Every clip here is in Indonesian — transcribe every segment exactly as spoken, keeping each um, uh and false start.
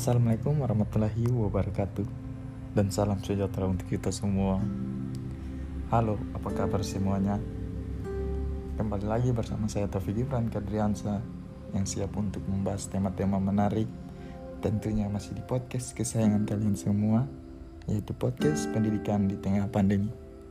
Assalamualaikum warahmatullahi wabarakatuh. Dan salam sejahtera untuk kita semua. Halo, apa kabar semuanya? Kembali lagi bersama saya Taufik Ibran Kadriansa, yang siap untuk membahas tema-tema menarik. Tentunya masih di podcast kesayangan kalian semua, yaitu podcast pendidikan di tengah pandemi.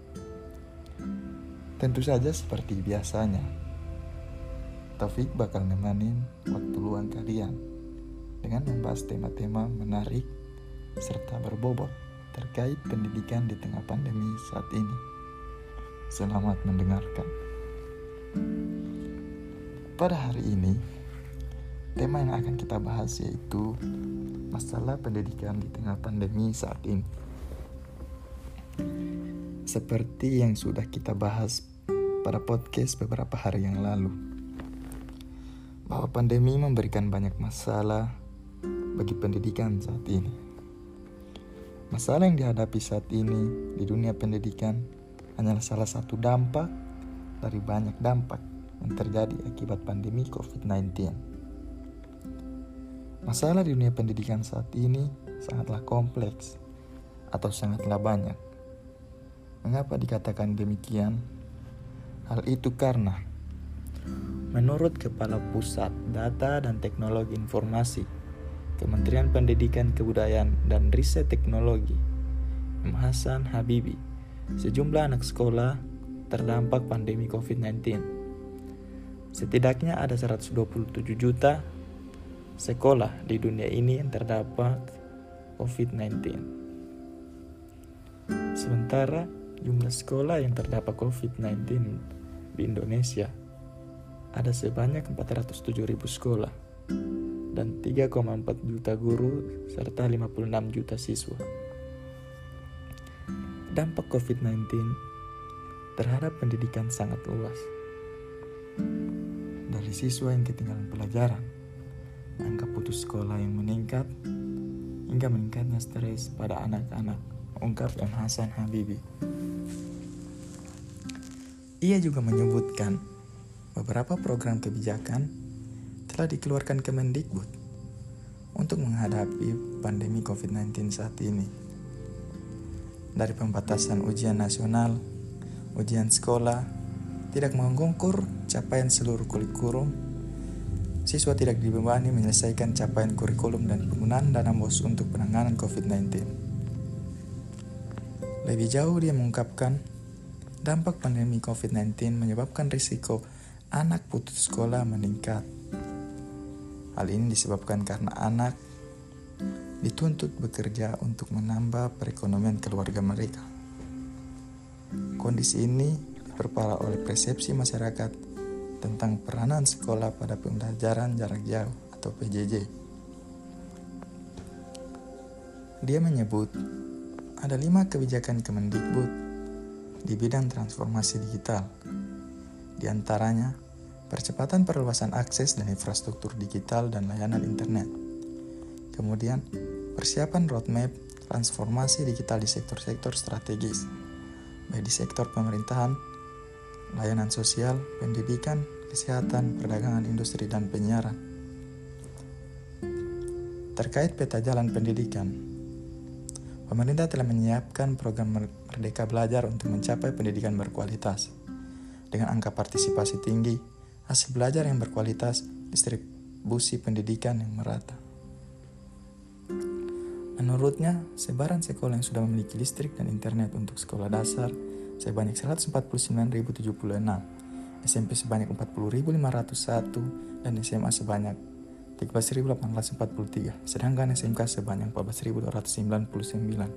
Tentu saja seperti biasanya, Taufik bakal nemenin waktu luang kalian dengan membahas tema-tema menarik serta berbobot terkait pendidikan di tengah pandemi saat ini. Selamat mendengarkan. Pada hari ini, tema yang akan kita bahas yaitu masalah pendidikan di tengah pandemi saat ini. Seperti yang sudah kita bahas pada podcast beberapa hari yang lalu, bahwa pandemi memberikan banyak masalah bagi pendidikan saat ini. Masalah yang dihadapi saat ini di dunia pendidikan hanyalah salah satu dampak dari banyak dampak yang terjadi akibat pandemi covid sembilan belas. Masalah di dunia pendidikan saat ini sangatlah kompleks atau sangatlah banyak. Mengapa dikatakan demikian? Hal itu karena menurut Kepala Pusat Data dan Teknologi Informasi Kementerian Pendidikan Kebudayaan dan Riset Teknologi, M. Hasan Habibi, sejumlah anak sekolah terdampak pandemi covid sembilan belas. Setidaknya ada seratus dua puluh tujuh juta sekolah di dunia ini yang terdampak covid sembilan belas. Sementara jumlah sekolah yang terdampak covid sembilan belas di Indonesia ada sebanyak empat ratus tujuh ribu sekolah dan tiga koma empat juta guru serta lima puluh enam juta siswa. Dampak covid sembilan belas terhadap pendidikan sangat luas. Dari siswa yang ketinggalan pelajaran, angka putus sekolah yang meningkat, hingga meningkatnya stres pada anak-anak, ungkap M. Hasan Habibi. Ia juga menyebutkan beberapa program kebijakan telah dikeluarkan Kemendikbud untuk menghadapi pandemi covid sembilan belas saat ini. Dari pembatasan ujian nasional, ujian sekolah, tidak mengukur capaian seluruh kurikulum, siswa tidak dibebani menyelesaikan capaian kurikulum dan penggunaan dana B O S untuk penanganan covid sembilan belas. Lebih jauh dia mengungkapkan, dampak pandemi covid sembilan belas menyebabkan risiko anak putus sekolah meningkat. Hal ini disebabkan karena anak dituntut bekerja untuk menambah perekonomian keluarga mereka. Kondisi ini diperparah oleh persepsi masyarakat tentang peranan sekolah pada pembelajaran jarak jauh atau P J J. Dia menyebut ada lima kebijakan Kemendikbud di bidang transformasi digital. Di antaranya, percepatan perluasan akses dan infrastruktur digital dan layanan internet. Kemudian, persiapan roadmap transformasi digital di sektor-sektor strategis, baik di sektor pemerintahan, layanan sosial, pendidikan, kesehatan, perdagangan, industri, dan penyiaran. Terkait peta jalan pendidikan, pemerintah telah menyiapkan program Merdeka Belajar untuk mencapai pendidikan berkualitas. Dengan angka partisipasi tinggi, hasil belajar yang berkualitas, distribusi pendidikan yang merata. Menurutnya, sebaran sekolah yang sudah memiliki listrik dan internet untuk sekolah dasar sebanyak seratus empat puluh sembilan ribu tujuh puluh enam, S M P sebanyak empat puluh ribu lima ratus satu, dan S M A sebanyak tiga belas ribu delapan ratus empat puluh tiga, sedangkan S M K sebanyak empat belas ribu dua ratus sembilan puluh sembilan.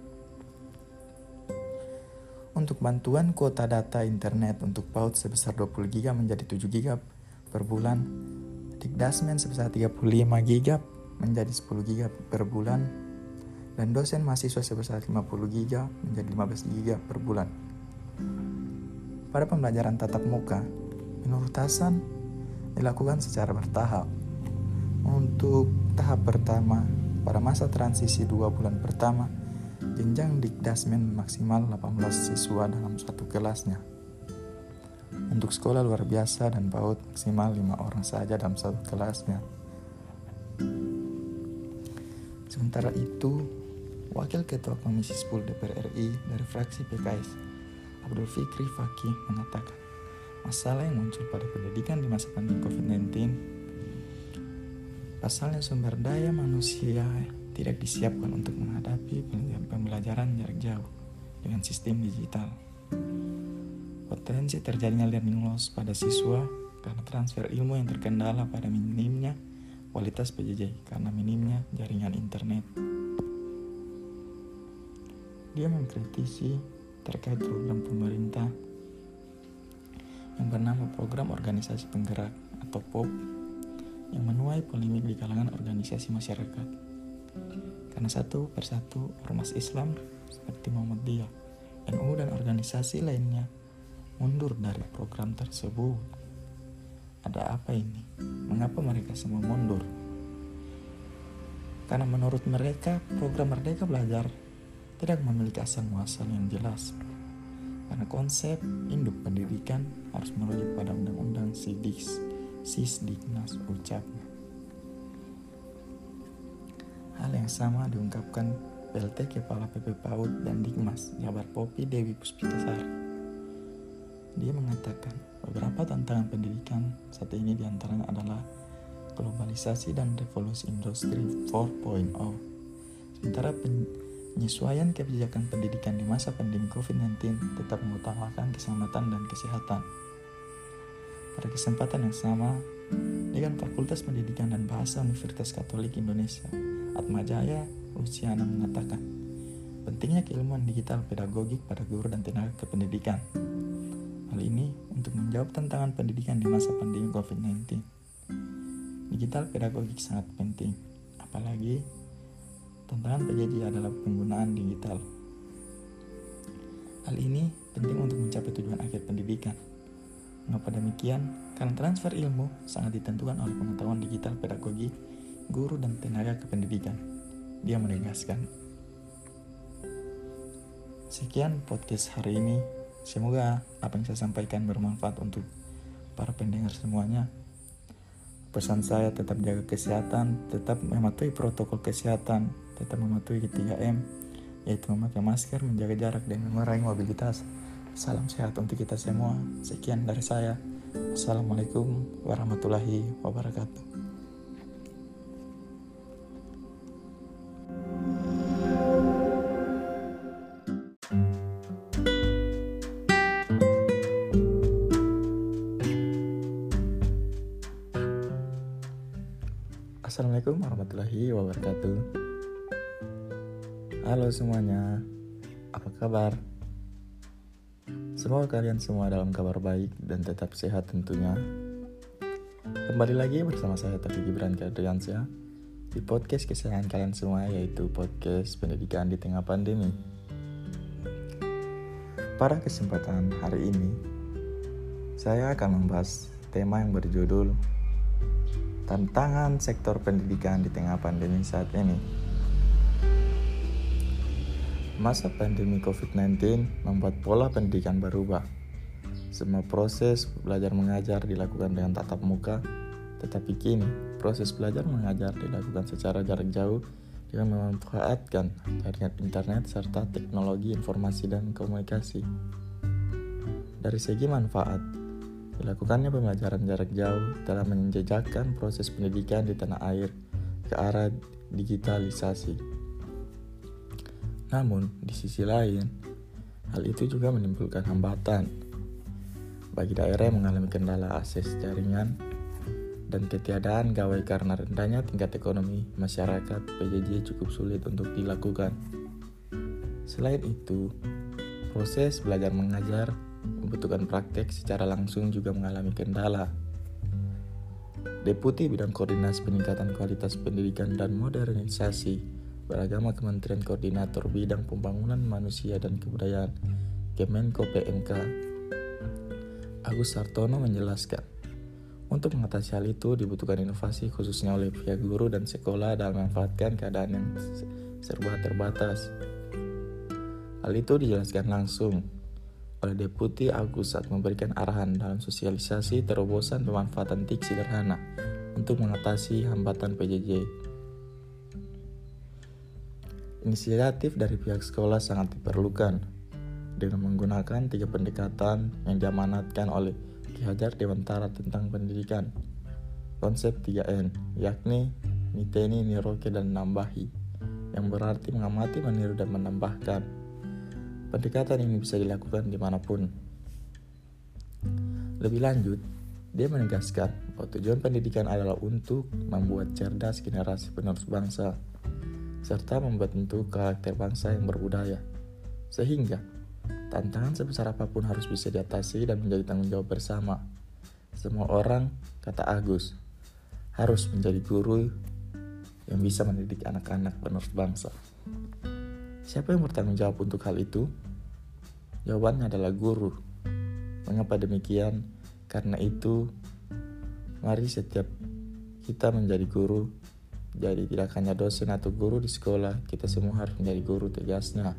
Untuk bantuan kuota data internet untuk P A U D sebesar dua puluh giga menjadi tujuh giga per bulan, Dikdasmen sebesar tiga puluh lima giga menjadi sepuluh giga per bulan, dan dosen mahasiswa sebesar lima puluh giga menjadi lima belas giga per bulan. Pada pembelajaran tatap muka, menurut Hasan, dilakukan secara bertahap. Untuk tahap pertama, pada masa transisi dua bulan pertama, jenjang Dikdasmen maksimal delapan belas siswa dalam satu kelasnya. Untuk sekolah luar biasa dan P A U D maksimal lima orang saja dalam satu kelasnya. Sementara itu, Wakil Ketua Komisi sepuluh D P R R I dari fraksi P K S, Abdul Fikri Fakih mengatakan, masalah yang muncul pada pendidikan di masa pandemi covid sembilan belas, pasalnya sumber daya manusia tidak disiapkan untuk menghadapi pembelajaran jarak jauh dengan sistem digital. Potensi terjadinya learning loss pada siswa karena transfer ilmu yang terkendala pada minimnya kualitas P J J karena minimnya jaringan internet. Dia mengkritisi terkait program pemerintah yang bernama Program Organisasi Penggerak atau P O P yang menuai polemik di kalangan organisasi masyarakat. Karena satu persatu ormas Islam seperti Muhammadiyah, N U dan organisasi lainnya mundur dari program tersebut. Ada apa ini? Mengapa mereka semua mundur? Karena menurut mereka program Merdeka Belajar tidak memiliki asal muasal yang jelas. Karena konsep induk pendidikan harus merujuk pada Undang-Undang Sidiks, Sisdiknas ucapnya. Hal yang sama diungkapkan P L T Kepala P P PAUD dan Dikmas Jabar Popi Dewi Puspitasari. Dia mengatakan beberapa tantangan pendidikan saat ini diantaranya adalah globalisasi dan revolusi industri empat titik nol. Sementara penyesuaian kebijakan pendidikan di masa pandemi covid sembilan belas tetap mengutamakan keselamatan dan kesehatan. Pada kesempatan yang sama, Dekan Fakultas Pendidikan dan Bahasa Universitas Katolik Indonesia, Atmajaya Luciana mengatakan, pentingnya keilmuan digital pedagogik pada guru dan tenaga kependidikan. Hal ini untuk menjawab tantangan pendidikan di masa pandemi covid sembilan belas. Digital pedagogik sangat penting, apalagi tantangan P J J adalah penggunaan digital. Hal ini penting untuk mencapai tujuan akhir pendidikan. Mengapa demikian? Karena transfer ilmu sangat ditentukan oleh pengetahuan digital pedagogi guru dan tenaga kependidikan. Dia menegaskan. Sekian podcast hari ini. Semoga apa yang saya sampaikan bermanfaat untuk para pendengar semuanya. Pesan saya tetap jaga kesehatan, tetap mematuhi protokol kesehatan, tetap mematuhi tiga M, yaitu memakai masker, menjaga jarak, dan mengurangi mobilitas. Salam sehat untuk kita semua. Sekian dari saya. Assalamualaikum warahmatullahi wabarakatuh. Assalamualaikum warahmatullahi wabarakatuh. Halo semuanya, apa kabar? Semoga kalian semua dalam kabar baik dan tetap sehat tentunya. Kembali lagi bersama saya Taufik Gibran Kadriansyah di podcast kesayangan kalian semua, yaitu podcast pendidikan di tengah pandemi. Pada kesempatan hari ini, saya akan membahas tema yang berjudul tantangan sektor pendidikan di tengah pandemi saat ini. Masa pandemi covid sembilan belas membuat pola pendidikan berubah. Semua proses belajar mengajar dilakukan dengan tatap muka, tetapi kini proses belajar mengajar dilakukan secara jarak jauh dengan memanfaatkan jaringan internet serta teknologi informasi dan komunikasi. Dari segi manfaat, dilakukannya pembelajaran jarak jauh telah menjejakkan proses pendidikan di tanah air ke arah digitalisasi. Namun, di sisi lain, hal itu juga menimbulkan hambatan bagi daerah yang mengalami kendala akses jaringan dan ketiadaan gawai karena rendahnya tingkat ekonomi masyarakat. P J J cukup sulit untuk dilakukan. Selain itu, proses belajar mengajar membutuhkan praktek secara langsung juga mengalami kendala. Deputi Bidang Koordinasi Peningkatan Kualitas Pendidikan dan Modernisasi Beragama Kementerian Koordinator Bidang Pembangunan Manusia dan Kebudayaan Kemenko P M K Agus Sartono menjelaskan, untuk mengatasi hal itu dibutuhkan inovasi khususnya oleh pihak guru dan sekolah dalam memanfaatkan keadaan yang serba terbatas. Hal itu dijelaskan langsung oleh Deputi Agus saat memberikan arahan dalam sosialisasi terobosan pemanfaatan T I K sederhana untuk mengatasi hambatan P J J. Inisiatif dari pihak sekolah sangat diperlukan dengan menggunakan tiga pendekatan yang diamanatkan oleh Ki Hajar Dewantara tentang pendidikan. Konsep tiga N, yakni niteni, niroke, dan nambahi, yang berarti mengamati, meniru, dan menambahkan. Pendekatan ini bisa dilakukan dimanapun. Lebih lanjut, dia menegaskan bahwa tujuan pendidikan adalah untuk membuat cerdas generasi penerus bangsa, serta membentuk karakter bangsa yang berbudaya. Sehingga, tantangan sebesar apapun harus bisa diatasi dan menjadi tanggung jawab bersama. Semua orang, kata Agus, harus menjadi guru yang bisa mendidik anak-anak penerus bangsa. Siapa yang bertanggung jawab untuk hal itu? Jawabannya adalah guru. Mengapa demikian? Karena itu, mari setiap kita menjadi guru. Jadi tidak hanya dosen atau guru di sekolah, kita semua harus menjadi guru, tegasnya.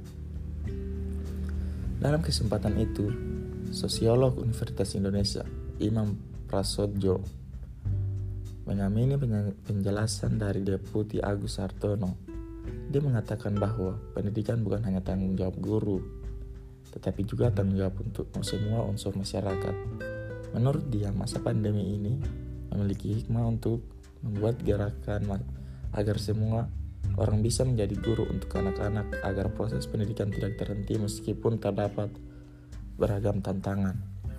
Dalam kesempatan itu, sosiolog Universitas Indonesia, Imam Prasojo, mengamini penjelasan dari Deputi Agus Sartono. Dia mengatakan bahwa pendidikan bukan hanya tanggung jawab guru, tetapi juga tanggung jawab untuk semua unsur masyarakat. Menurut dia, masa pandemi ini memiliki hikmah untuk membuat gerakan agar semua orang bisa menjadi guru untuk anak-anak, agar proses pendidikan tidak terhenti meskipun terdapat beragam tantangan.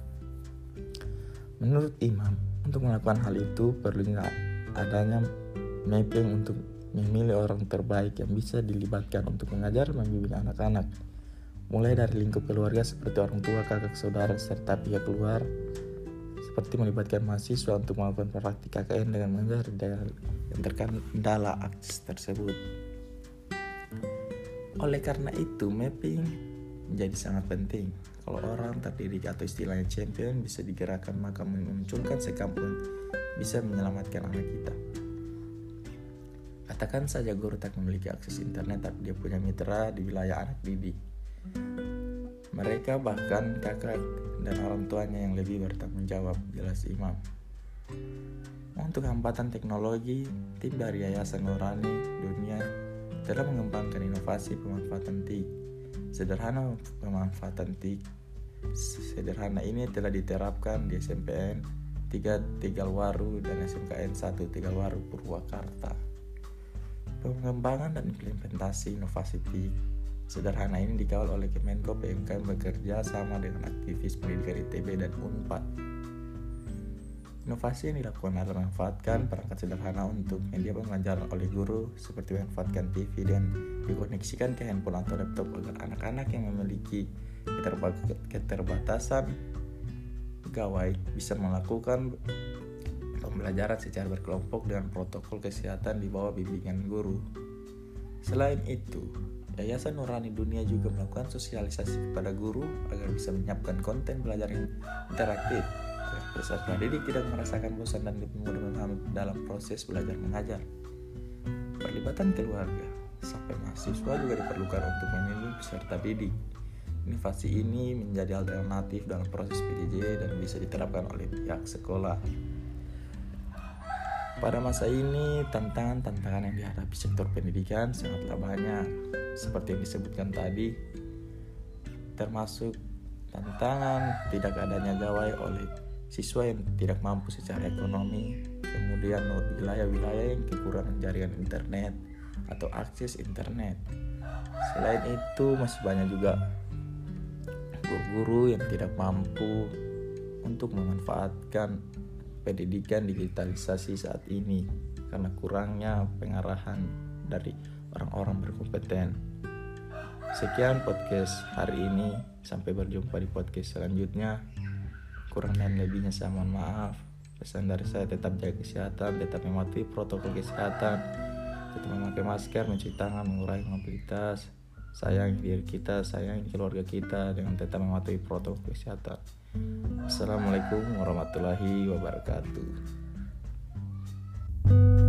Menurut Imam, untuk melakukan hal itu perlu adanya mapping untuk memilih orang terbaik yang bisa dilibatkan untuk mengajar dan membimbing anak-anak, mulai dari lingkup keluarga seperti orang tua, kakak, saudara, serta pihak luar, seperti melibatkan mahasiswa untuk melakukan praktik K K N dengan mengajar di daerah yang terkendala akses tersebut. Oleh karena itu, mapping menjadi sangat penting. Kalau orang terdidik atau istilahnya champion bisa digerakkan, maka memunculkan sekampung bisa menyelamatkan anak kita. Katakan saja guru tak memiliki akses internet, tapi dia punya mitra di wilayah anak didik. Mereka bahkan kakak dan orang tuanya yang lebih bertanggung jawab, jelas Imam. Untuk hambatan teknologi, tim dari Yayasan Nurani Dunia telah mengembangkan inovasi pemanfaatan T I K. Sederhana pemanfaatan T I K sederhana ini telah diterapkan di S M P N tiga Tegalwaru dan S M K N satu Tegalwaru Purwakarta. Pengembangan dan implementasi inovasi T I K sederhana ini dikawal oleh Kemenko P M K bekerja sama dengan aktivis pendidikan I T B dan Unpad. Inovasi yang dilakukan adalah memanfaatkan perangkat sederhana untuk media pembelajaran oleh guru, seperti memanfaatkan T V dan dikoneksikan ke handphone atau laptop agar anak-anak yang memiliki keterbatasan gawai bisa melakukan pembelajaran secara berkelompok dengan protokol kesehatan di bawah bimbingan guru. Selain itu, Yayasan Nurani Dunia juga melakukan sosialisasi kepada guru agar bisa menyiapkan konten belajar yang interaktif agar peserta didik tidak merasakan bosan dan lebih mudah memahami dalam proses belajar mengajar. Perlibatan keluarga sampai mahasiswa juga diperlukan untuk memilih peserta didik. Inovasi ini menjadi alternatif dalam proses P J J dan bisa diterapkan oleh pihak sekolah. Pada masa ini, tantangan-tantangan yang dihadapi sektor pendidikan sangatlah banyak, seperti yang disebutkan tadi, termasuk tantangan tidak adanya gawai oleh siswa yang tidak mampu secara ekonomi, kemudian wilayah-wilayah yang kekurangan jaringan internet atau akses internet. Selain itu, masih banyak juga guru-guru yang tidak mampu untuk memanfaatkan pendidikan digitalisasi saat ini karena kurangnya pengarahan dari orang-orang berkompeten. Sekian podcast hari ini, sampai berjumpa di podcast selanjutnya. Kurang dan lebihnya saya mohon maaf. Pesan dari saya, tetap jaga kesehatan, tetap mematuhi protokol kesehatan, tetap memakai masker, mencuci tangan, mengurangi mobilitas, sayangi diri kita, sayangi keluarga kita dengan tetap mematuhi protokol kesehatan. Assalamualaikum warahmatullahi wabarakatuh.